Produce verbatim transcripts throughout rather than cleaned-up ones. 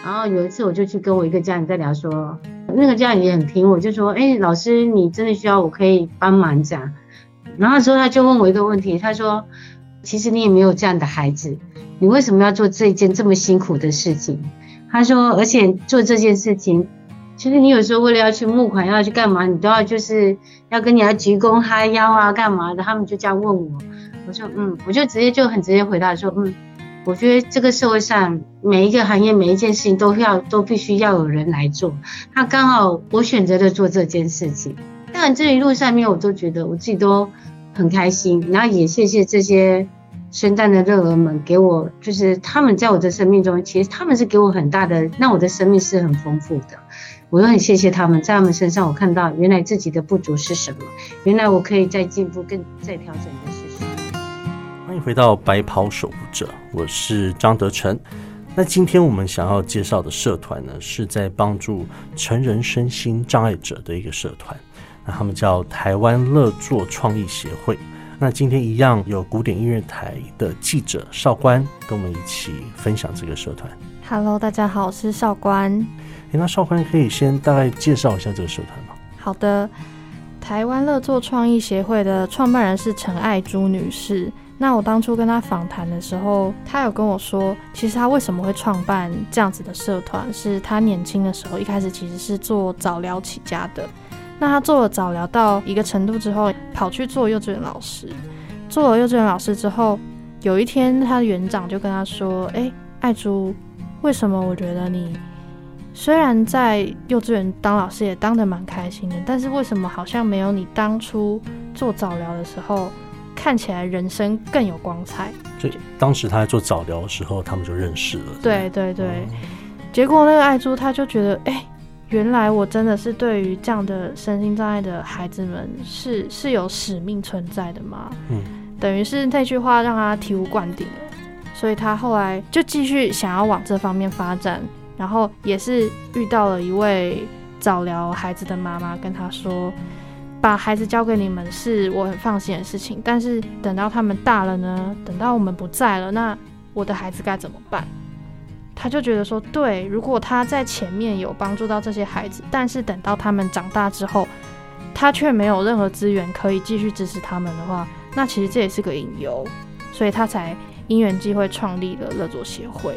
然后有一次我就去跟我一个家人在聊说，那个家人也很听我，就说，哎，老师你真的需要我可以帮忙这样。然后之后他就问我一个问题，他说，其实你也没有这样的孩子，你为什么要做这件这么辛苦的事情？他说，而且做这件事情，其实你有时候为了要去募款，要去干嘛，你都要就是要跟人家鞠躬哈腰啊，干嘛的？他们就这样问我，我说嗯，我就直接就很直接回答说，嗯，我觉得这个社会上每一个行业每一件事情都要都必须要有人来做，他刚好我选择了做这件事情。当然这一路上面我都觉得我自己都很开心，然后也谢谢这些生诞的乐儿们给我，就是他们在我的生命中，其实他们是给我很大的，让我的生命是很丰富的。我都很谢谢他们，在他们身上我看到原来自己的不足是什么，原来我可以再进步更再调整的是什么。 欢迎回到白袍守护者，我是张德成。那今天我们想要介绍的社团呢，是在帮助成人身心障碍者的一个社团，那他们叫台湾乐作创意协会。那今天一样有古典音乐台的记者邵官跟我们一起分享这个社团。 Hello， 大家好，我是邵官。 那邵官可以先大概介绍一下这个社团吗？ 好的，台湾乐作创意协会的创办人是陈爱珠女士。那我当初跟她访谈的时候，她有跟我说，其实她为什么会创办这样子的社团，是她年轻的时候一开始其实是做早疗起家的。那她做了早疗到一个程度之后，跑去做幼稚园老师。做了幼稚园老师之后，有一天她的园长就跟她说：“哎，爱珠，为什么我觉得你虽然在幼稚园当老师也当得蛮开心的，但是为什么好像没有你当初做早疗的时候看起来人生更有光彩？” 所以当时他在做早疗的时候，他们就认识了。 对对对，嗯、结果那个爱珠他就觉得，哎、欸，原来我真的是对于这样的身心障碍的孩子们是是有使命存在的吗？嗯，等于是那句话让他醍醐灌顶了，所以他后来就继续想要往这方面发展。然后也是遇到了一位早疗孩子的妈妈，跟他说，把孩子交给你们是我很放心的事情，但是等到他们大了呢，等到我们不在了，那我的孩子该怎么办？他就觉得说，对，如果他在前面有帮助到这些孩子，但是等到他们长大之后，他却没有任何资源可以继续支持他们的话，那其实这也是个隐忧，所以他才因缘际会创立了乐作协会。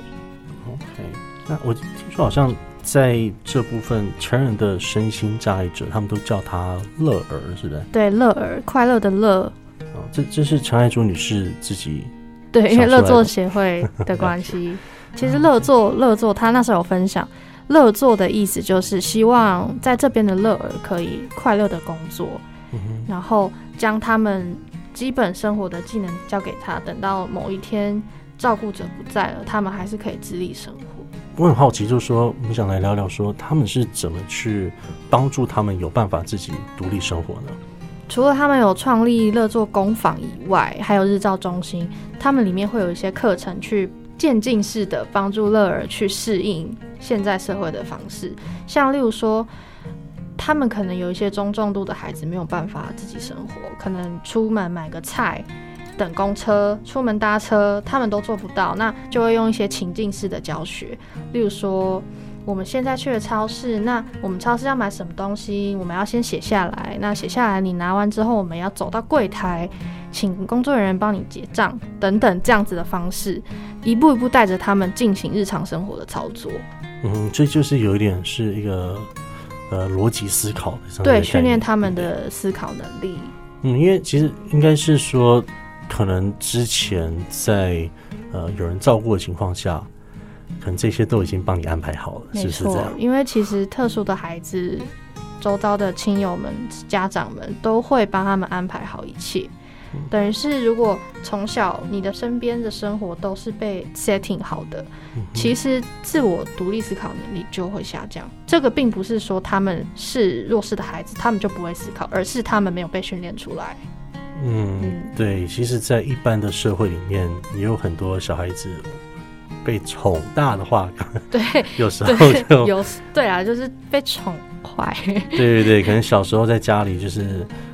OK。那我听说好像在这部分成人的身心障碍者，他们都叫他乐儿，是不是？ 对，乐儿，快乐的乐。 哦，这这是陈爱珠女士自己对，因为乐作协会的关系。其实乐作乐作，他那时候有分享，乐作的意思就是希望在这边的乐儿可以快乐的工作，嗯、然后将他们基本生活的技能交给他，等到某一天照顾者不在了，他们还是可以自立生活。 我很好奇，就是说，我们想来聊聊说，他们是怎么去帮助他们有办法自己独立生活呢？ 除了他们有创立乐作工坊以外，还有日照中心，他们里面会有一些课程去渐进式的帮助乐儿去适应现在社会的方式，像例如说，他们可能有一些中重度的孩子没有办法自己生活，可能出门买个菜，等公车，出门搭车，他们都做不到，那就会用一些情境式的教学，例如说我们现在去了超市，那我们超市要买什么东西，我们要先写下来，那写下来你拿完之后，我们要走到柜台，请工作人员帮你结账等等，这样子的方式，一步一步带着他们进行日常生活的操作。 嗯，这就是有一点是一个呃逻辑思考的， 对，训练他们的思考能力。 嗯，因为其实应该是说，可能之前在呃有人照顾的情况下，可能这些都已经帮你安排好了，是不是这样？ 因为其实特殊的孩子，周遭的亲友们、家长们都会帮他们安排好一切。嗯、等于是，如果从小你的身边的生活都是被 setting 好的，嗯、其实自我独立思考能力就会下降。这个并不是说他们是弱势的孩子，他们就不会思考，而是他们没有被训练出来。 嗯，嗯对，其实，在一般的社会里面，也有很多小孩子被宠大的话， 对， 有时候就有对啊，就是被宠坏。 对对对，可能小时候在家里就是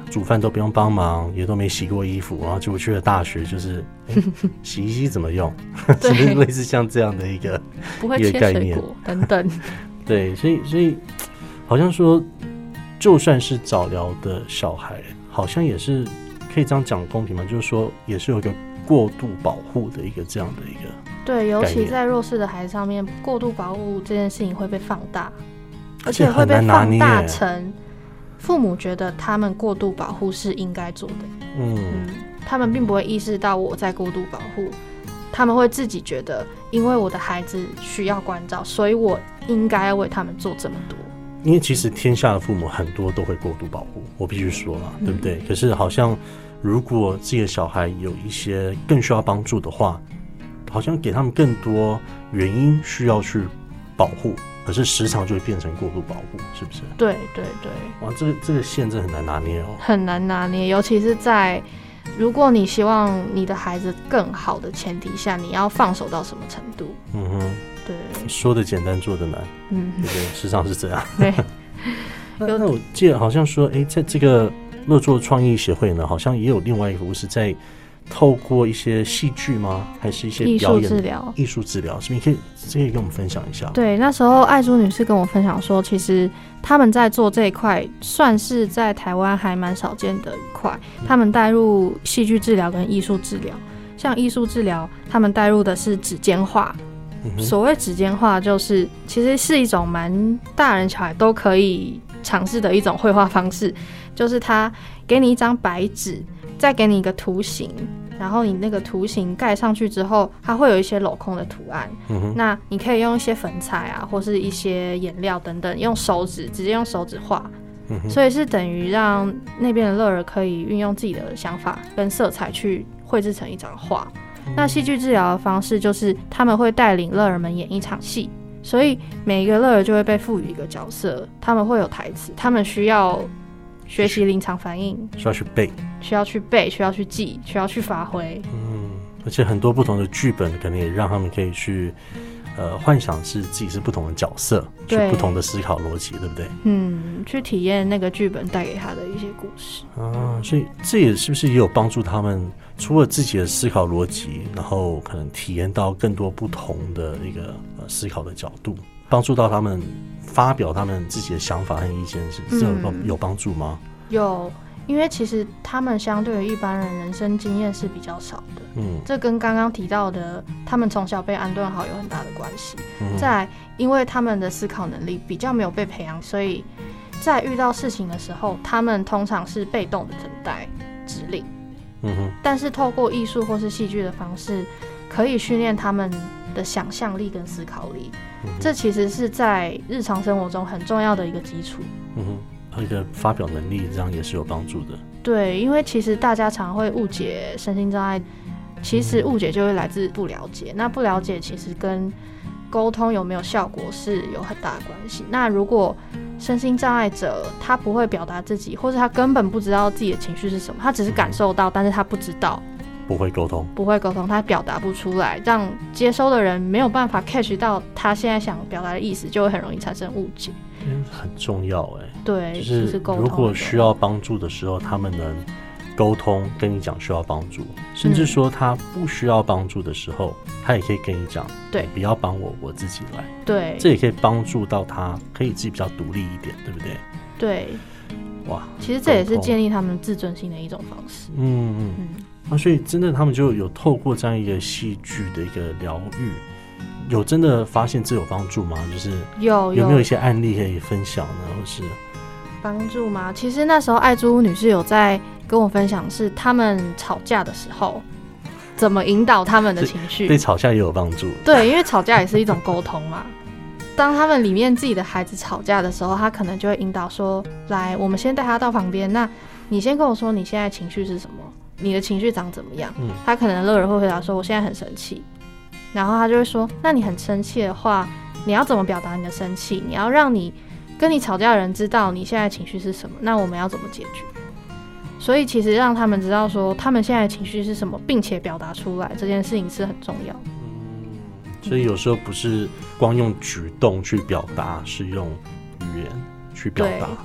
煮饭都不用帮忙，也都没洗过衣服，然后结果去了大学，就是、欸、洗衣机怎么用？是不是类似像这样的一个不会切水果等等？ 对，所以所以好像说，就算是早疗的小孩，好像也是可以这样讲公平吗？就是说，也是有一个过度保护的一个这样的一个。 对，尤其在弱势的孩子上面，过度保护这件事情会被放大，而且会被放大成父母觉得他们过度保护是应该做的。嗯, 嗯，他们并不会意识到我在过度保护，他们会自己觉得，因为我的孩子需要关照，所以我应该为他们做这么多。 因为其实天下的父母很多都会过度保护，我必须说啦，对不对？嗯、可是好像如果自己的小孩有一些更需要帮助的话，好像给他们更多原因需要去保护，可是时常就会变成过度保护，是不是？ 对对对。 哇，这个这个线真的很难拿捏哦， 很难拿捏，尤其是在如果你希望你的孩子更好的前提下，你要放手到什么程度？嗯哼，对， 说的简单，做的难，嗯，对对，时常是这样。 对。 那, 那我记得好像说，哎，在这个乐作创意协会呢，好像也有另外一个服务是在透过一些戏剧吗？还是一些表演艺术治疗？艺术治疗，是不是？你可以这个跟我们分享一下。 对，那时候爱珠女士跟我分享说，其实他们在做这一块，算是在台湾还蛮少见的一块。他们带入戏剧治疗跟艺术治疗，像艺术治疗，他们带入的是指尖画。嗯、所谓指尖画，就是其实是一种蛮大人小孩都可以尝试的一种绘画方式，就是他给你一张白纸，再给你一个图形，然后你那个图形盖上去之后，它会有一些镂空的图案、嗯、那你可以用一些粉彩啊，或是一些颜料等等，用手指直接用手指画、嗯、所以是等于让那边的乐儿可以运用自己的想法跟色彩去绘制成一张画、嗯、那戏剧治疗的方式就是他们会带领乐儿们演一场戏，所以每一个乐儿就会被赋予一个角色，他们会有台词，他们需要学习临场反应， 需要去背， 需要去背，需要去记，需要去发挥。 嗯，而且很多不同的剧本，可能也让他们可以去呃幻想是自己是不同的角色，去不同的思考逻辑，对不对？ 嗯，去体验那个剧本带给他的一些故事啊，所以这也是不是也有帮助他们，除了自己的思考逻辑，然后可能体验到更多不同的一个、呃、思考的角度，帮助到他们发表他们自己的想法和意见，是这有、嗯、有帮助吗？ 有，因为其实他们相对于一般人人生经验是比较少的，嗯，这跟刚刚提到的他们从小被安顿好有很大的关系。嗯、再来，因为他们的思考能力比较没有被培养，所以在遇到事情的时候，他们通常是被动的等待指令。嗯哼，但是透过艺术或是戏剧的方式，可以训练他们的想象力跟思考力。嗯、这其实是在日常生活中很重要的一个基础。 嗯哼，一个发表能力，这样也是有帮助的。 对，因为其实大家常会误解身心障碍，其实误解就会来自不了解。那不了解其实跟沟通有没有效果是有很大的关系。那如果身心障碍者他不会表达自己，或者他根本不知道自己的情绪是什么，他只是感受到，但是他不知道， 不会沟通， 不会沟通，他表达不出来，让接收的人没有办法 catch 到他现在想表达的意思，就会很容易产生误解。 嗯、很重要哎， 对， 就是如果需要帮助的时候，他们能沟通跟你讲需要帮助，甚至说他不需要帮助的时候，嗯、他也可以跟你讲， 对， 不要帮我，我自己来。 对， 这也可以帮助到他，可以自己比较独立一点，对不对？ 对， 哇， 其实这也是建立他们自尊心的一种方式。 嗯嗯嗯。啊，所以真的他们就有透过这样一个戏剧的一个疗愈，有真的发现这有帮助吗？就是有有没有一些案例可以分享呢？或是帮助吗？其实那时候爱珠女士有在跟我分享，是他们吵架的时候怎么引导他们的情绪， 对吵架也有帮助。 对，因为吵架也是一种沟通嘛。当他们里面自己的孩子吵架的时候，他可能就会引导说：“来，我们先带他到旁边，那你先跟我说你现在情绪是什么？你的情绪长怎么样？”嗯、他可能乐儿会回答说：“我现在很生气。”然后他就会说：“那你很生气的话，你要怎么表达你的生气？你要让你跟你吵架的人知道你现在情绪是什么，那我们要怎么解决？”所以其实让他们知道说他们现在的情绪是什么，并且表达出来这件事情是很重要的。 嗯，所以有时候不是光用举动去表达，是用语言去表达。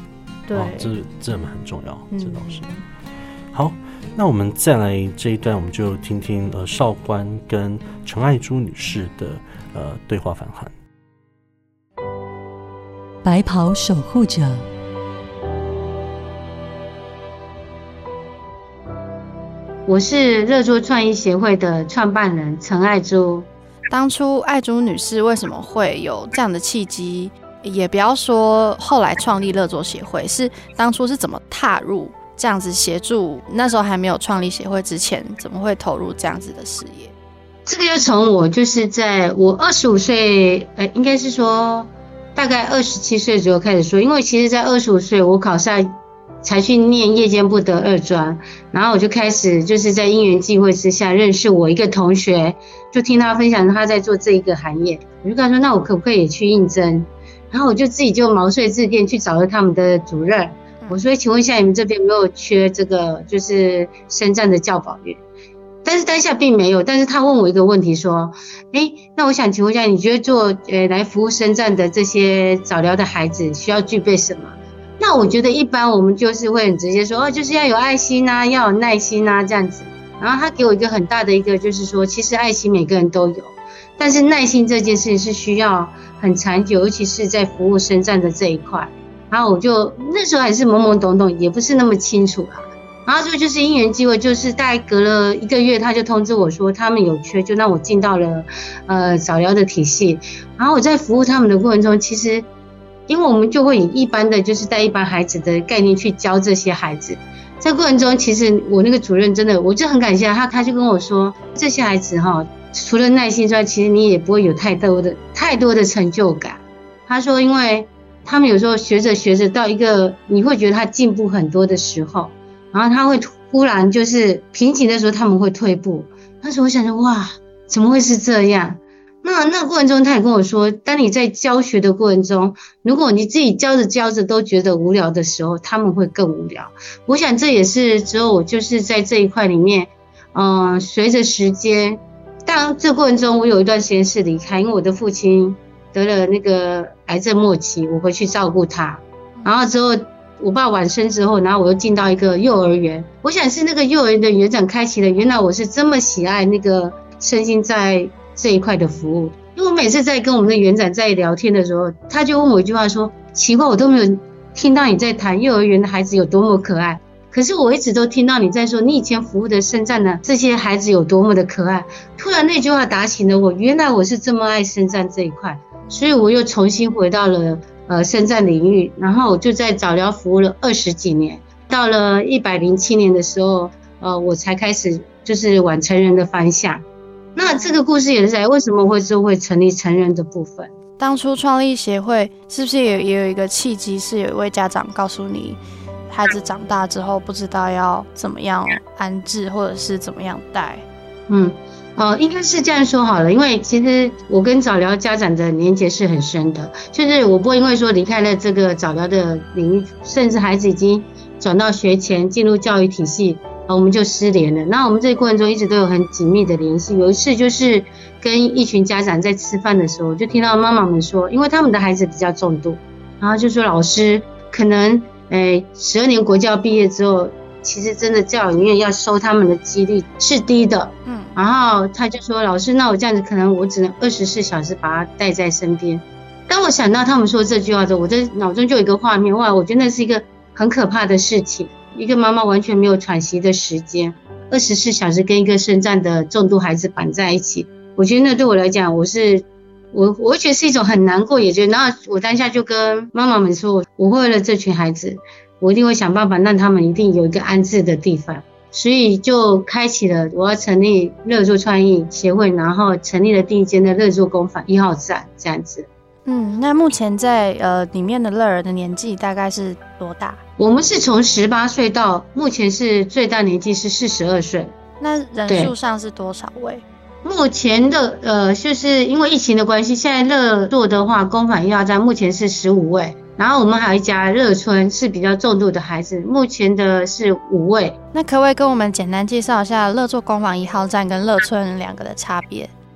对， 哦、这这很重要，这倒是。 嗯、 好，那我们再来这一段，我们就听听呃少官跟陈爱珠女士的呃对话访谈。 白袍守护者。 我是热作创意协会的创办人陈爱珠。 当初爱珠女士为什么会有这样的契机？也不要说后来创立热作协会，是当初是怎么踏入这样子协助？那时候还没有创立协会之前，怎么会投入这样子的事业？ 这个要从我就是在我二十五岁，呃，应该是说大概二十七岁左右开始说，因为其实在二十五岁我考上才去念夜间部的二专，然后我就开始就是在因缘际会之下认识我一个同学，就听他分享他在做这一个行业，我就跟他说那我可不可以也去应征，然后我就自己就毛遂自荐去找了他们的主任，我说请问一下你们这边有没有缺这个就是生战的教保员，但是当下并没有，但是他问我一个问题说，诶，那我想请问一下你觉得做呃来服务生战的这些早疗的孩子需要具备什么？那我觉得一般我们就是会很直接说，哦，就是要有爱心啊，要有耐心啊这样子。然后他给我一个很大的一个就是说，其实爱心每个人都有，但是耐心这件事情是需要很长久，尤其是在服务生战的这一块。然后我就那时候还是懵懵懂懂，也不是那么清楚啦。然后这就是因缘机会，就是大概隔了一个月，他就通知我说他们有缺，就让我进到了呃早疗的体系。然后我在服务他们的过程中，其实因为我们就会以一般的就是带一般孩子的概念去教这些孩子，在过程中其实我那个主任真的我就很感谢他，他就跟我说这些孩子哈，除了耐心之外，其实你也不会有太多的太多的成就感。他说因为他们有时候学着学着到一个你会觉得他进步很多的时候，然后他会忽然就是瓶颈的时候他们会退步，那时候我想说哇怎么会是这样。那那个过程中他也跟我说，当你在教学的过程中，如果你自己教着教着都觉得无聊的时候，他们会更无聊。我想这也是之后我就是在这一块里面嗯、呃，随着时间，当然这过程中我有一段时间是离开，因为我的父亲得了那个癌症末期，我回去照顾他，然后之后我爸往生之后，然后我又进到一个幼儿园，我想是那个幼儿园的园长开启了原来我是这么喜爱那个身心在这一块的服务。因为我每次在跟我们的园长在聊天的时候，他就问我一句话说，奇怪我都没有听到你在谈幼儿园的孩子有多么可爱，可是我一直都听到你在说你以前服务的生战的这些孩子有多么的可爱。突然那句话打醒了我，原来我是这么爱生战这一块，所以我又重新回到了呃生战领域，然后我就在早疗服务了二十几年，到了一百零七年的时候呃我才开始就是往成人的方向。那这个故事也是在为什么会就会成立成人的部分。 当初创立协会是不是也也有一个契机，是有一位家长告诉你孩子长大之后不知道要怎么样安置或者是怎么样带？嗯呃，应该是这样说好了，因为其实我跟早疗家长的连结是很深的，就是我不会因为说离开了这个早疗的领域，甚至孩子已经转到学前进入教育体系，我们就失联了。那我们这个过程中一直都有很紧密的联系。有一次就是跟一群家长在吃饭的时候，就听到妈妈们说，因为他们的孩子比较重度，然后就说老师可能诶十二年国教毕业之后，其实真的教育院要收他们的几率是低的。嗯，然后他就说老师，那我这样子可能我只能二十四小时把他带在身边。当我想到他们说这句话的时候，我的脑中就有一个画面，哇，我觉得那是一个很可怕的事情。一个妈妈完全没有喘息的时间，二十四小时跟一个生战的重度孩子绑在一起，我觉得那对我来讲，我是我我会觉得是一种很难过，也觉得，然后我当下就跟妈妈们说，我为了这群孩子，我一定会想办法让他们一定有一个安置的地方，所以就开启了我要成立热作创意协会，然后成立了第一间的热作工坊一号站这样子。 嗯，那目前在呃里面的乐儿的年纪大概是多大？ 我们是从十八岁到目前是最大年纪是四十二岁。 那人数上是多少位？ 目前的呃就是因为疫情的关系，现在热作的话工坊一号站目前是十五位，然后我们还有一家热村是比较重度的孩子，目前的是五位。 那可不可以跟我们简单介绍一下热作工坊一号站跟热村两个的差别？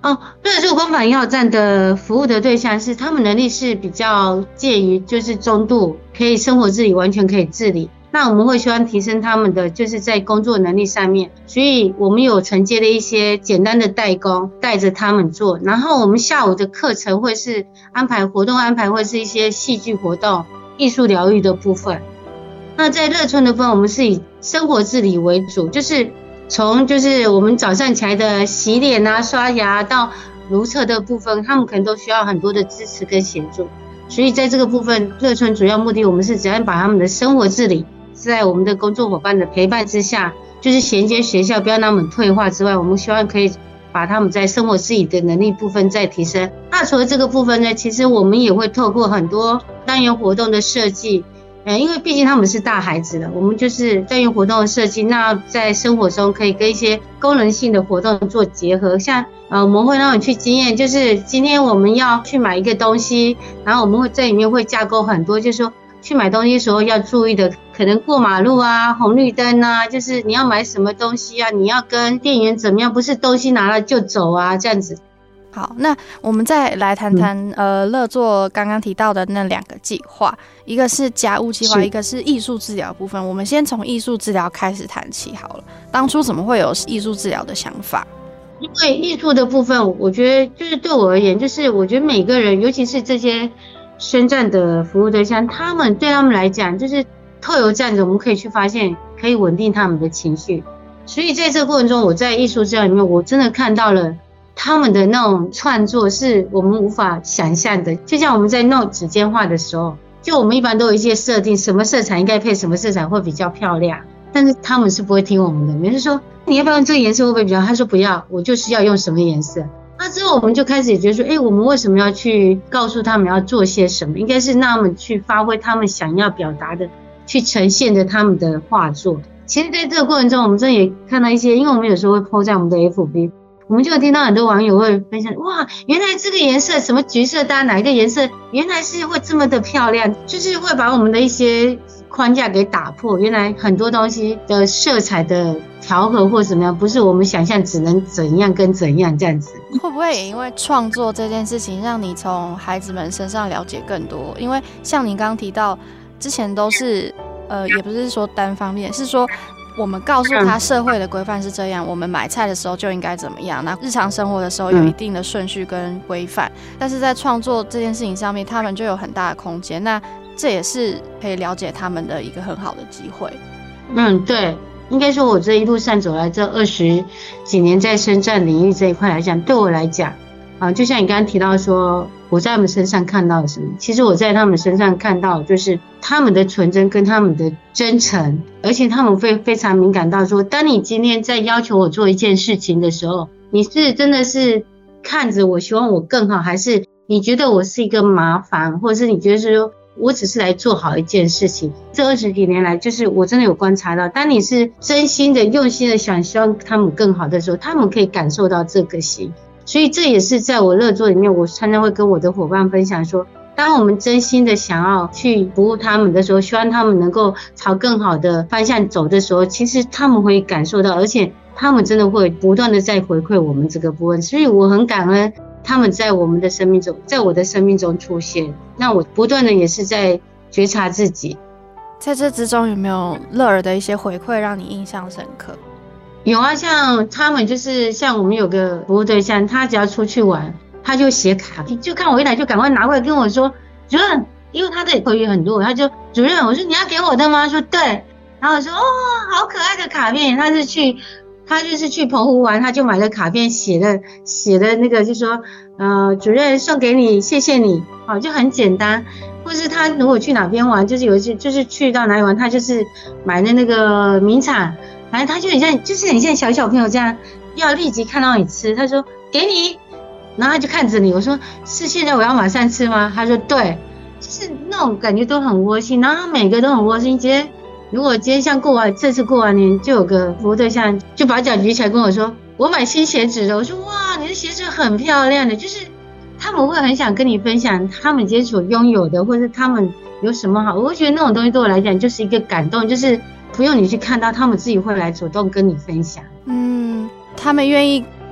哦，乐助光返医疗站的服务的对象是他们能力是比较介于就是中度，可以生活自理，完全可以自理。那我们会希望提升他们的就是在工作能力上面，所以我们有承接的一些简单的代工，带着他们做。然后我们下午的课程会是安排活动安排，会是一些戏剧活动、艺术疗愈的部分。那在乐村的部分，我们是以生活自理为主，就是从就是我们早上起来的洗脸啊、刷牙到如厕的部分，他们可能都需要很多的支持跟协助。所以在这个部分，乐村主要目的，我们是只要把他们的生活自理，在我们的工作伙伴的陪伴之下，就是衔接学校，不要让他们退化之外，我们希望可以把他们在生活自理的能力部分再提升。那除了这个部分呢，其实我们也会透过很多单元活动的设计。呃，因为毕竟他们是大孩子了，我们就是单元活动的设计，那在生活中可以跟一些功能性的活动做结合，像呃我们会让你去经验，就是今天我们要去买一个东西，然后我们会在里面会架构很多，就是说去买东西的时候要注意的，可能过马路啊、红绿灯啊，就是你要买什么东西啊，你要跟店员怎么样，不是东西拿了就走啊，这样子。 好，那我们再来谈谈、嗯、呃乐作刚刚提到的那两个计划，一个是家务计划，一个是艺术治疗部分。我们先从艺术治疗开始谈起好了。当初怎么会有艺术治疗的想法？ 因为艺术的部分，我觉得就是对我而言，就是我觉得每个人，尤其是这些宣战的服务对象，他们对他们来讲，就是透由这样子，我们可以去发现，可以稳定他们的情绪。所以在这个过程中，我在艺术治疗里面，我真的看到了他们的那种创作是我们无法想象的。就像我们在弄指尖画的时候，就我们一般都有一些设定，什么色彩应该配什么色彩会比较漂亮，但是他们是不会听我们的。比如说你要不要用这个颜色会不会比较好，他说不要，我就是要用什么颜色。那之后我们就开始也觉得说，哎，我们为什么要去告诉他们要做些什么，应该是让他们去发挥他们想要表达的，去呈现的他们的画作。其实在这个过程中，我们真的也看到一些，因为我们有时候会 po 在我们的 F B，我们就有听到很多网友会分享，哇，原来这个颜色什么橘色搭哪一个颜色，原来是会这么的漂亮，就是会把我们的一些框架给打破。原来很多东西的色彩的调和或怎么样，不是我们想象只能怎样跟怎样这样子。 会不会也因为创作这件事情，让你从孩子们身上了解更多？因为像你刚刚提到，之前都是呃，也不是说单方面，是说我们告诉他社会的规范是这样，我们买菜的时候就应该怎么样，那日常生活的时候有一定的顺序跟规范，但是在创作这件事情上面，他们就有很大的空间，那这也是可以了解他们的一个很好的机会。 嗯，对，应该说我这一路上走来这二十几年，在身障领域这一块来讲，对我来讲啊，就像你刚刚提到说我在他们身上看到了什么，其实我在他们身上看到就是他们的纯真跟他们的真诚，而且他们会非常敏感到说，当你今天在要求我做一件事情的时候，你是真的是看着我希望我更好，还是你觉得我是一个麻烦，或者是你觉得是说我只是来做好一件事情。这二十几年来，就是我真的有观察到，当你是真心的用心的想希望他们更好的时候，他们可以感受到这个心。所以这也是在我乐作里面，我常常会跟我的伙伴分享说，当我们真心的想要去服务他们的时候，希望他们能够朝更好的方向走的时候，其实他们会感受到，而且他们真的会不断的在回馈我们这个部分。所以我很感恩他们在我们的生命中，在我的生命中出现，那我不断的也是在觉察自己。 在这之中有没有乐儿的一些回馈让你印象深刻？ 有啊，像他们就是像我们有个服务对象，他只要出去玩，他就写卡片，就看我一来就赶快拿过来跟我说，主任，因为他的口语很多，他就主任，我说你要给我的吗？说对，然后我说哦，好可爱的卡片，他是去他就是去澎湖玩，他就买了卡片，写了写了那个就说呃主任送给你，谢谢你，好，就很简单。或是他如果去哪边玩，就是有一次就是去到哪里玩，他就是买了那个名产，反正他就很像就是很像小小朋友这样，要立即看到你吃，他说给你，然后他就看着你，我说是现在我要马上吃吗？他说对，就是那种感觉都很窝心，然后他每个都很窝心。今天如果今天像过完这次过完年，就有个服务对象就把脚举起来跟我说，我买新鞋子了。我说哇，你的鞋子很漂亮的，就是他们会很想跟你分享他们今天所拥有的，或是他们有什么好。我会觉得那种东西对我来讲就是一个感动，就是不用你去看到，他们自己会来主动跟你分享。 嗯，他们愿意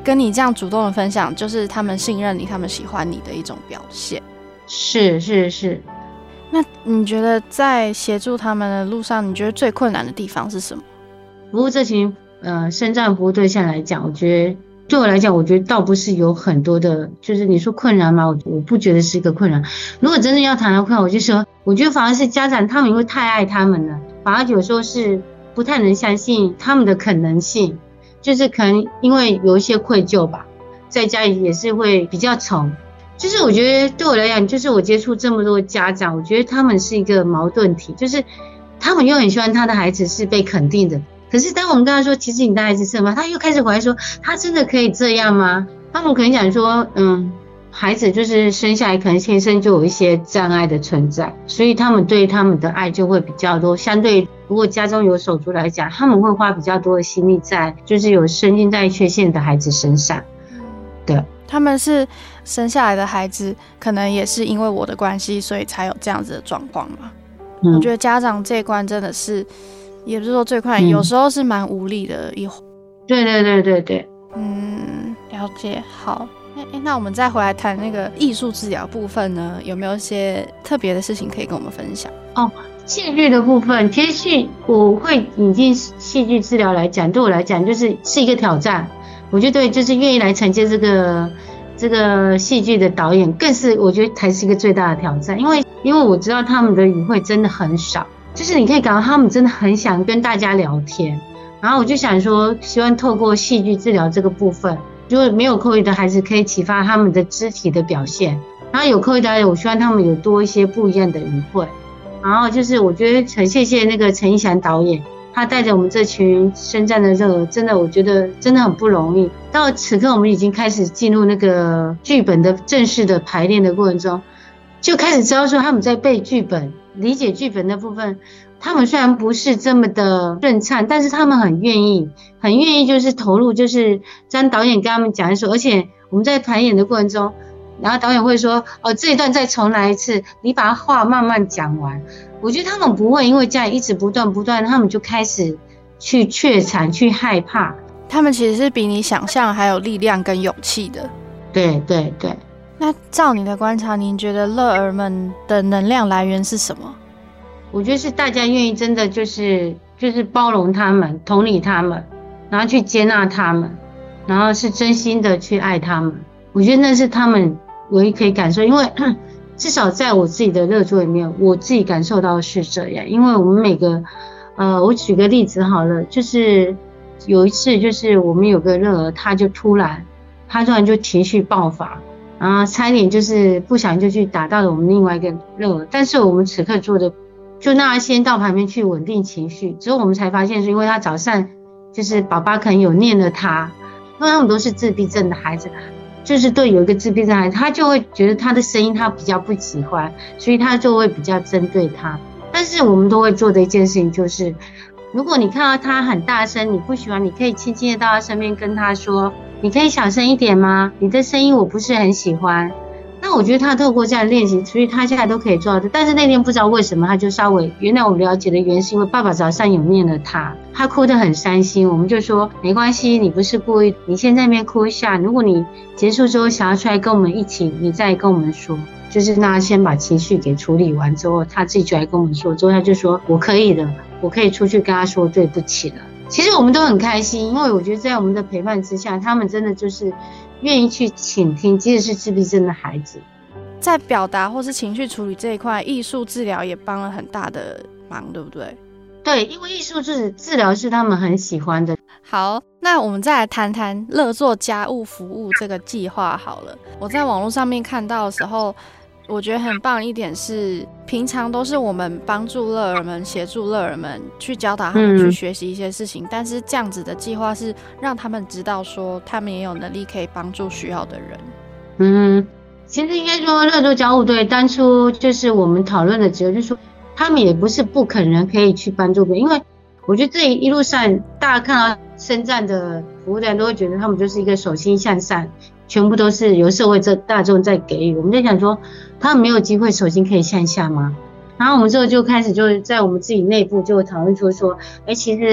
跟你这样主动的分享，就是他们信任你，他们喜欢你的一种表现。 是是是。 那你觉得在协助他们的路上，你觉得最困难的地方是什么？ 服务这群呃身障服务对象来讲，我觉得对我来讲，我觉得倒不是有很多的，就是你说困难吗？我我不觉得是一个困难。如果真的要谈到困难，我就说，我觉得反而是家长他们因为太爱他们了，反而有时候是不太能相信他们的可能性，就是可能因为有一些愧疚吧，在家里也是会比较宠。就是我觉得对我来讲，就是我接触这么多家长，我觉得他们是一个矛盾体，就是他们又很希望他的孩子是被肯定的，可是当我们跟他说其实你的孩子是什么，他又开始怀疑说他真的可以这样吗？他们可能讲说嗯，孩子就是生下来可能天生就有一些障碍的存在，所以他们对他们的爱就会比较多，相对如果家中有手足来讲，他们会花比较多的心力在就是有身心障碍缺陷的孩子身上。对， 他们是生下来的孩子，可能也是因为我的关系，所以才有这样子的状况嘛。嗯、我觉得家长这一关真的是，也不是说最困难、嗯，有时候是蛮无力的一环。 对对对对对， 嗯，了解。好，那那我们再回来谈那个艺术治疗部分呢，有没有一些特别的事情可以跟我们分享？ 哦，戏剧的部分，其实戏我会引进戏剧治疗来讲，对我来讲就是是一个挑战。我觉得对，就是愿意来承接这个这个戏剧的导演，更是我觉得才是一个最大的挑战。因为因为我知道他们的语汇真的很少，就是你可以感到他们真的很想跟大家聊天。然后我就想说，希望透过戏剧治疗这个部分，如果没有口语的孩子，可以启发他们的肢体的表现；然后有口语的孩子，我希望他们有多一些不一样的语汇。然后就是我觉得很谢谢那个陈意翔导演。他带着我们这群身障的热儿，真的我觉得真的很不容易。到此刻我们已经开始进入那个剧本的正式的排练的过程中，就开始知道说他们在背剧本、理解剧本的部分，他们虽然不是这么的顺畅，但是他们很愿意，很愿意就是投入，就是张导演跟他们讲的时候，而且我们在排演的过程中，然后导演会说，哦，这一段再重来一次，你把话慢慢讲完。我觉得他们不会因为这样一直不断不断，他们就开始去怯场、去害怕。 他们其实是比你想象还有力量跟勇气的。 对对对。 那照你的观察，您觉得乐儿们的能量来源是什么？ 我觉得是大家愿意真的就是就是包容他们、同理他们，然后去接纳他们，然后是真心的去爱他们。我觉得那是他们唯一可以感受，因为至少在我自己的乐作里面，我自己感受到是这样。因为我们每个，呃，我举个例子好了，就是有一次，就是我们有个乐儿，他就突然，他突然就情绪爆发，然后差一点就是不小心就去打到了我们另外一个乐儿。但是我们此刻做的，就让他先到旁边去稳定情绪。之后我们才发现，是因为他早上就是爸爸可能有念了他，因为他们都是自闭症的孩子。就是对有一个自闭症孩子，他就会觉得他的声音他比较不喜欢，所以他就会比较针对他。但是我们都会做的一件事情就是，如果你看到他很大声，你不喜欢，你可以轻轻的到他身边跟他说，你可以小声一点吗？你的声音我不是很喜欢。那我觉得他透过这样的练习，所以他现在都可以做到的。但是那天不知道为什么，他就稍微，原来我们了解的原因是因为爸爸早上有念了他，他哭得很伤心，我们就说没关系，你不是故意，你先在那边哭一下，如果你结束之后想要出来跟我们一起，你再跟我们说。就是让他先把情绪给处理完之后，他自己就来跟我们说，之后他就说我可以的，我可以出去跟他说对不起了。其实我们都很开心，因为我觉得在我们的陪伴之下，他们真的就是愿意去倾听，即使是自闭症的孩子， 在表达或是情绪处理这一块，艺术治疗也帮了很大的忙，对不对？ 对，因为艺术治治疗是他们很喜欢的。 好，那我们再来谈谈乐作家务服务这个计划好了。我在网络上面看到的时候，我觉得很棒的一点是，平常都是我们帮助乐儿们、协助乐儿们去教导他们去学习一些事情，嗯、但是这样子的计划是让他们知道说，他们也有能力可以帮助需要的人。 嗯，其实应该说乐作家务队当初就是我们讨论的只有就是说，他们也不是不可能可以去帮助别人，因为我觉得这一路上大家看到身障的服务人都会觉得他们就是一个手心向上，全部都是由社会这大众在给予。我们在想说，他们没有机会手心可以向下吗？然后我们之后就开始就在我们自己内部就讨论出说，哎，其实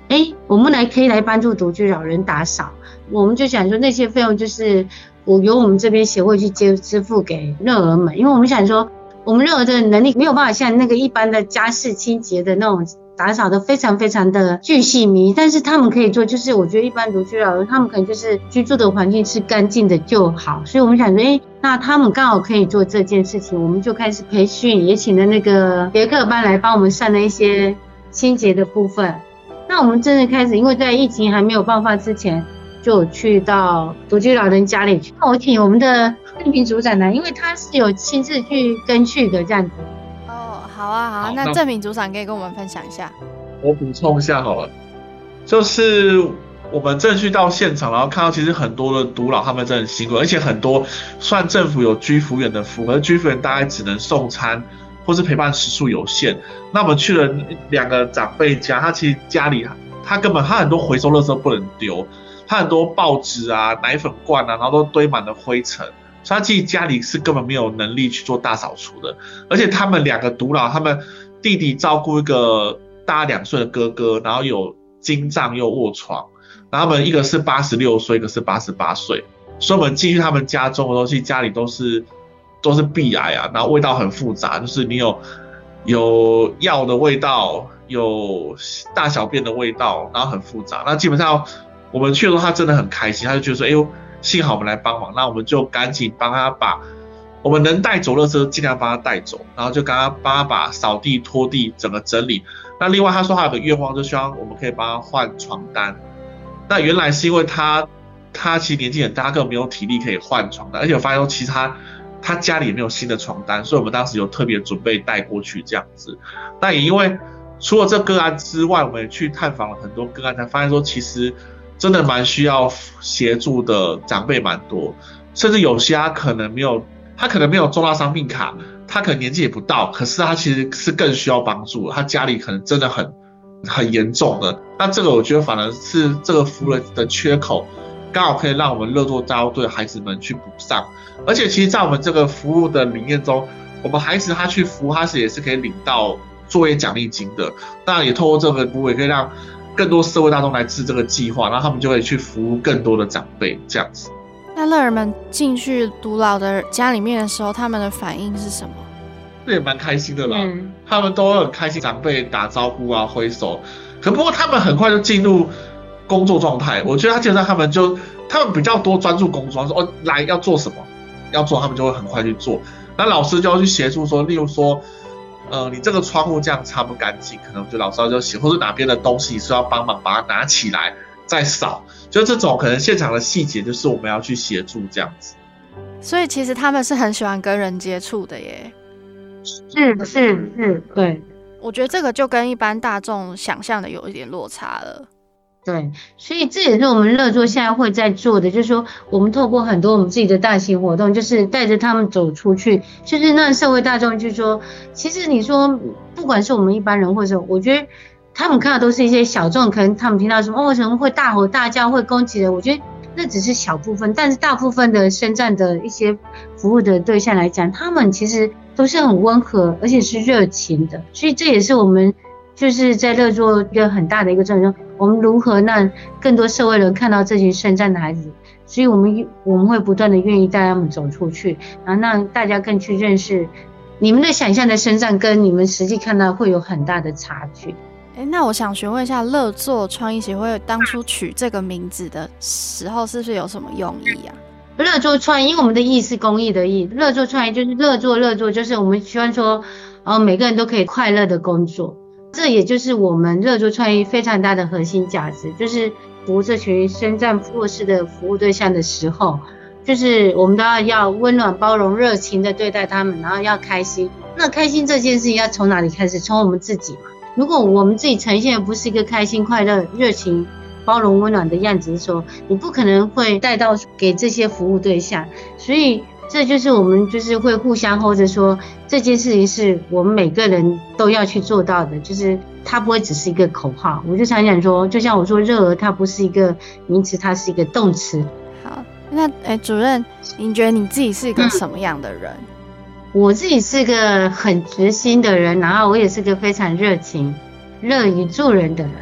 哎，我们来可以来帮助独居老人打扫。我们就想说那些费用就是我由我们这边协会去支支付给乐儿们，因为我们想说我们乐儿的能力没有办法像那个一般的家事清洁的那种打扫的非常非常的巨细靡，但是他们可以做，就是我觉得一般独居老人他们可能就是居住的环境是干净的就好，所以我们想说，哎，那他们刚好可以做这件事情，我们就开始培训，也请了那个别课班来帮我们上了一些清洁的部分。那我们真的开始，因为在疫情还没有爆发之前，就去到独居老人家里去。那我请我们的正平组长来，因为他是有亲自去跟去的这样子。 哦，好啊，好啊， 好那正平组长可以跟我们分享一下。 我补充一下好了，就是我们正去到现场，然后看到其实很多的独老他们真的很辛苦，而且很多算政府有居服员的服务，而居服员大概只能送餐或是陪伴时数有限。那我们去了两个长辈家，他其实家里他根本他很多回收垃圾不能丢，他很多报纸啊、奶粉罐啊，然后都堆满了灰尘，所以他自己家里是根本没有能力去做大扫除的。而且他们两个独老，他们弟弟照顾一个大两岁的哥哥，然后有精障又卧床，然后他们一个是八十六岁，一个是八十八岁，所以我们进去他们家中的东西，家里都是都是壁癌啊，然后味道很复杂，就是你有有药的味道，有大小便的味道，然后很复杂。那基本上我们去的时候，他真的很开心，他就觉得说，哎呦，幸好我们来帮忙，那我们就赶紧帮他把我们能带走的垃圾尽量帮他带走，然后就刚刚帮他把扫地、拖地整个整理。那另外他说他有个愿望，就希望我们可以帮他换床单。那原来是因为他他其实年纪很大，他根本没有体力可以换床单，而且我发现说其实他他家里也没有新的床单，所以我们当时有特别准备带过去这样子。那也因为除了这个案之外，我们也去探访了很多个案，才发现说其实真的蛮需要协助的长辈蛮多，甚至有些他可能没有他可能没有重大伤病卡，他可能年纪也不到，可是他其实是更需要帮助，他家里可能真的很很严重的。那这个我觉得反而是这个服务的缺口，刚好可以让我们乐作家务队的孩子们去补上。而且其实在我们这个服务的理念中，我们孩子他去服务，他是也是可以领到作业奖励金的。那也透过这个服务，也可以让更多社会大众来治这个计划，然后他们就可以去服务更多的长辈这样子。 那乐儿们进去独老的家里面的时候，他们的反应是什么？ 这也蛮开心的啦， 嗯、 他们都很开心，长辈打招呼啊、挥手。可不过他们很快就进入工作状态，我觉得他基本上他们就他们比较多专注工作，说哦来要做什么，要做他们就会很快去做。那老师就要去协助说，例如说，呃，你这个窗户这样擦不干净，可能就老师要就写，或者哪边的东西是要帮忙把它拿起来再扫，就这种可能现场的细节，就是我们要去协助这样子。 所以其实他们是很喜欢跟人接触的耶。 是是是，对。 我觉得这个就跟一般大众想象的有一点落差了。 对，所以这也是我们乐作现在会在做的，就是说我们透过很多我们自己的大型活动，就是带着他们走出去，就是让社会大众就是说，其实你说不管是我们一般人，或者我觉得他们看到都是一些小众，可能他们听到什么哦，为什么会大吼大叫、会攻击人，我觉得那只是小部分，但是大部分的身障的一些服务的对象来讲，他们其实都是很温和，而且是热情的，所以这也是我们就是在乐作一个很大的一个重点，我们如何让更多社会人看到这群身障的孩子，所以我们我们会不断的愿意带他们走出去，然后让大家更去认识你们的想象的身障跟你们实际看到会有很大的差距。 欸、那我想询问一下，乐作创意协会当初取这个名字的时候，是不是有什么用意啊？ 乐作创意，因为我们的意是公益的意，乐作创意就是乐作乐作，就是我们希望说，呃，每个人都可以快乐的工作，这也就是我们乐作创意非常大的核心价值，就是服务这群身障弱势的服务对象的时候，就是我们都要要温暖、包容、热情的对待他们，然后要开心。那开心这件事情要从哪里开始？从我们自己嘛。如果我们自己呈现的不是一个开心、快乐、热情、包容、温暖的样子的时候，你不可能会带到给这些服务对象。所以这就是我们就是会互相 hold 着说，这件事情是我们每个人都要去做到的，就是它不会只是一个口号。我就常讲说，就像我说热儿，它不是一个名词，它是一个动词。 好，那哎，主任，你觉得你自己是一个什么样的人？嗯， 我自己是个很直心的人，然后我也是个非常热情、乐于助人的人。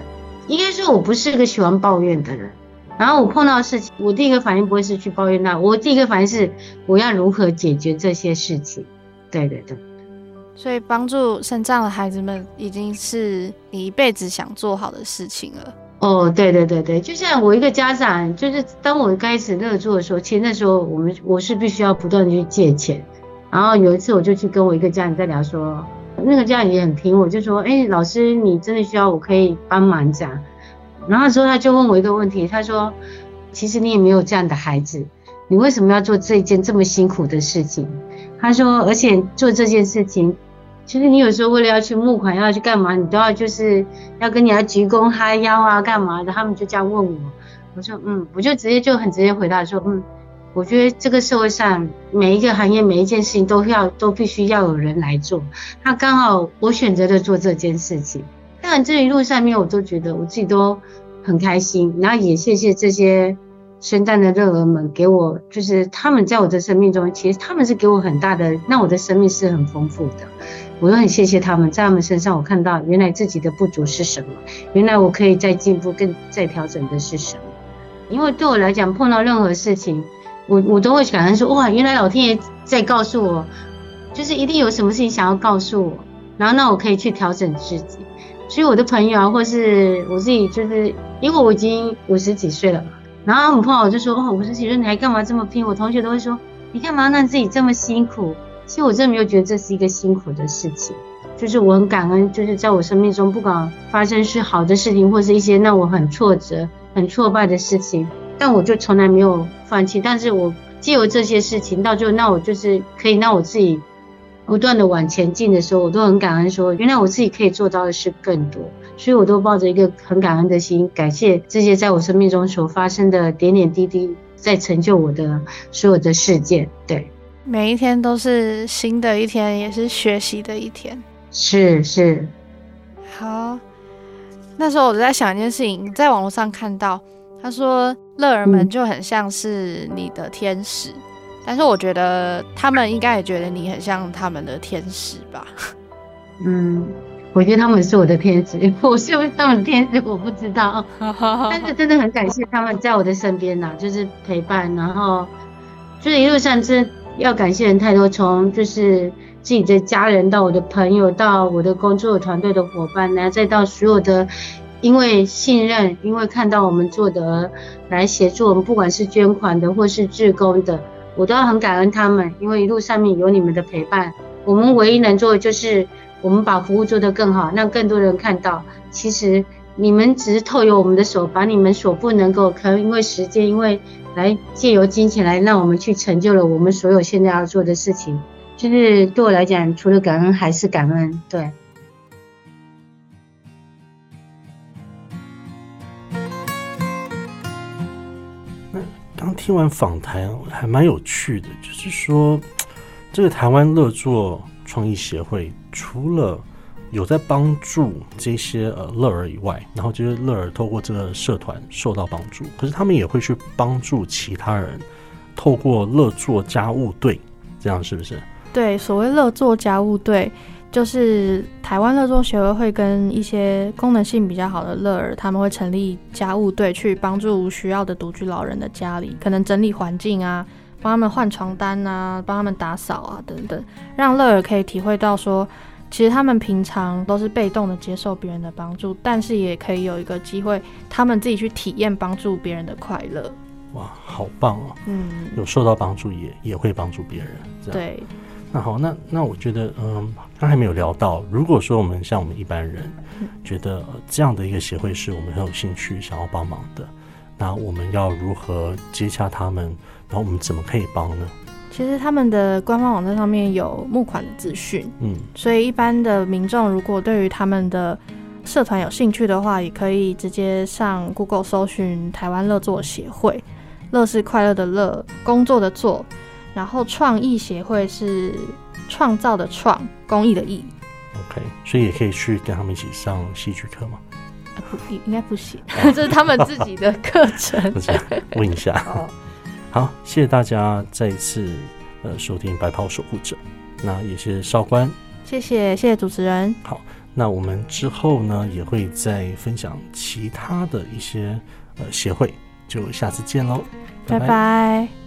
应该说我不是个喜欢抱怨的人，然后我碰到事情，我第一个反应不会是去抱怨他，我第一个反应是我要如何解决这些事情。对对对。 所以帮助身障的孩子们已经是你一辈子想做好的事情了。 哦，对对对对，就像我一个家长，就是当我开始乐做的时候，其实那时候我们我是必须要不断的去借钱。然后有一次我就去跟我一个家长在聊说，那个家长也很听我，就说，哎，老师你真的需要我可以帮忙这样。然后那时候他就问我一个问题，他说，其实你也没有这样的孩子，你为什么要做这件这么辛苦的事情？他说，而且做这件事情，其实你有时候为了要去募款，要去干嘛，你都要就是要跟人家鞠躬哈腰啊，干嘛的？他们就这样问我，我说嗯，我就直接就很直接回答说，嗯，我觉得这个社会上每一个行业每一件事情都要都必须要有人来做，他刚好我选择了做这件事情。当然这一路上面我都觉得我自己都很开心，然后也谢谢这些生蛋的乐儿们给我，就是他们在我的生命中，其实他们是给我很大的，让我的生命是很丰富的。我都很谢谢他们，在他们身上我看到原来自己的不足是什么，原来我可以再进步更再调整的是什么。因为对我来讲，碰到任何事情我我都会感恩说，哇，原来老天爷在告诉我，就是一定有什么事情想要告诉我，然后那我可以去调整自己。所以我的朋友啊，或是我自己，就是因为我已经五十几岁了嘛，然后我朋友就说，哦，五十几岁你还干嘛这么拼？我同学都会说，你干嘛让自己这么辛苦？其实我真的没有觉得这是一个辛苦的事情，就是我很感恩，就是在我生命中不管发生是好的事情，或是一些让我很挫折很挫败的事情，但我就从来没有放弃。但是我藉由这些事情到最后，那我就是可以让我自己不断的往前进的时候，我都很感恩说，原来我自己可以做到的是更多。所以我都抱着一个很感恩的心，感谢这些在我生命中所发生的点点滴滴，在成就我的所有的事件。对， 每一天都是新的一天，也是学习的一天。 是是。 好，那时候我在想一件事情，在网络上看到，他说乐儿们就很像是你的天使，嗯、但是我觉得他们应该也觉得你很像他们的天使吧。 嗯，我觉得他们是我的天使，我是不是他们的天使我不知道，但是真的很感谢他们在我的身边呐、啊，就是陪伴，然后就是一路上真要感谢人太多，从就是自己的家人到我的朋友，到我的工作团队的伙伴，然后再到所有的因为信任，因为看到我们做的来协助我们，不管是捐款的或是志工的，我都要很感恩他们，因为一路上面有你们的陪伴，我们唯一能做的就是我们把服务做得更好，让更多人看到，其实你们只是透由我们的手，把你们所不能够，可能因为时间，因为来借由金钱来让我们去成就了我们所有现在要做的事情。就是对我来讲，除了感恩还是感恩。对。 那刚听完访谈还蛮有趣的，就是说这个台湾乐作创意协会除了有在帮助这些呃乐儿以外，然后就是乐儿透过这个社团受到帮助，可是他们也会去帮助其他人，透过乐作家务队，这样是不是？ 对，所谓乐作家务队，就是台湾乐作协会会跟一些功能性比较好的乐儿，他们会成立家务队，去帮助需要的独居老人的家里，可能整理环境啊，帮他们换床单啊，帮他们打扫啊等等，让乐儿可以体会到说，其实他们平常都是被动的接受别人的帮助，但是也可以有一个机会，他们自己去体验帮助别人的快乐。 哇，好棒哦！嗯，有受到帮助也也会帮助别人，这样。 对。 那好，那那我觉得，嗯，刚才没有聊到，如果说我们像我们一般人，觉得、呃、这样的一个协会是我们很有兴趣想要帮忙的，那我们要如何接洽他们？然后我们怎么可以帮呢？ 其实他们的官方网站上面有募款的资讯，嗯，所以一般的民众如果对于他们的社团有兴趣的话，也可以直接上 Google 搜寻台湾乐作协会，乐是快乐的乐，工作的作。然后创意协会是创造的创，公益的益。 OK， 所以也可以去跟他们一起上戏剧课吗？ 啊、不，应该不行，这是他们自己的课程。 问一下。好，谢谢大家再一次呃收听白袍守护者，那也谢谢少官， 谢谢谢谢主持人。 好， 那我们之后呢也会再分享其他的一些呃协会，就下次见喽， 拜拜。